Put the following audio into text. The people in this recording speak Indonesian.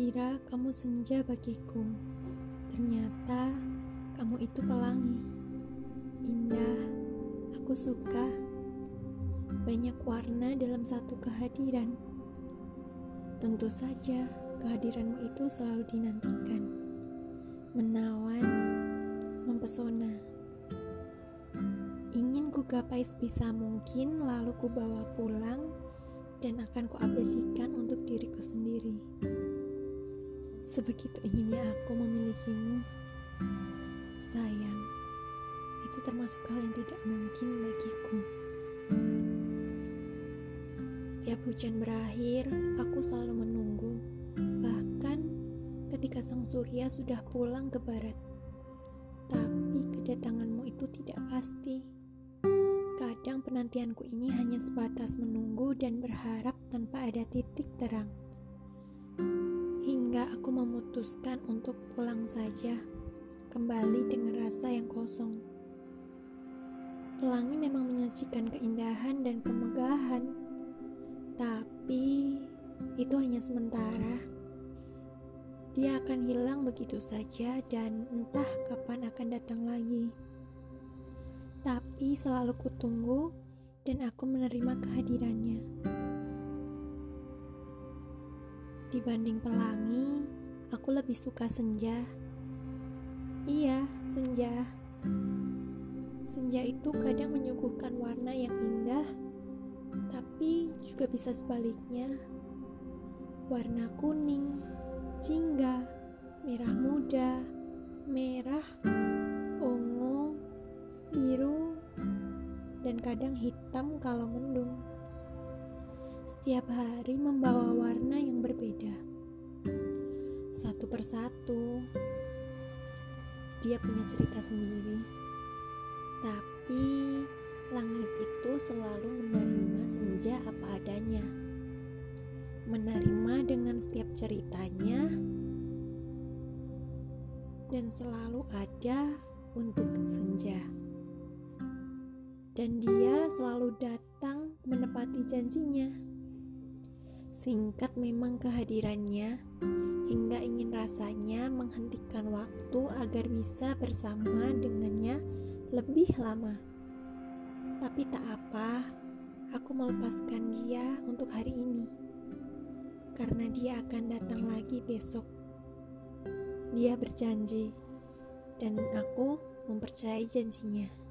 Kukira kamu senja bagiku. Ternyata kamu itu pelangi. Indah, aku suka. Banyak warna dalam satu kehadiran. Tentu saja kehadiranmu itu selalu dinantikan. Menawan, mempesona. Ingin ku gapai sebisa mungkin, lalu ku bawa pulang dan akan ku abadikan untuk diriku sendiri. Sebegitu inginnya aku memilikimu. Sayang, itu termasuk hal yang tidak mungkin bagiku. Setiap hujan berakhir, aku selalu menunggu. Bahkan ketika sang surya sudah pulang ke barat. Tapi kedatanganmu itu tidak pasti. Kadang penantianku ini hanya sebatas menunggu dan berharap tanpa ada titik terang. Hingga aku memutuskan untuk pulang saja, kembali dengan rasa yang kosong. Pelangi memang menyajikan keindahan dan kemegahan, tapi itu hanya sementara. Dia akan hilang begitu saja dan entah kapan akan datang lagi. Tapi selalu kutunggu dan aku menerima kehadirannya. Dibanding pelangi, aku lebih suka senja. Iya, senja. Senja itu kadang menyuguhkan warna yang indah, tapi juga bisa sebaliknya. Warna kuning, jingga, merah muda, merah, ungu, biru, dan kadang hitam kalau mendung. Setiap hari membawa warna yang berbeda. Satu persatu, dia punya cerita sendiri. Tapi langit itu selalu menerima senja apa adanya. Menerima dengan setiap ceritanya dan selalu ada untuk senja. Dan dia selalu datang menepati janjinya. Singkat memang kehadirannya, hingga ingin rasanya menghentikan waktu agar bisa bersama dengannya lebih lama. Tapi tak apa, aku melepaskan dia untuk hari ini. Karena dia akan datang lagi besok. Dia berjanji, dan aku mempercayai janjinya.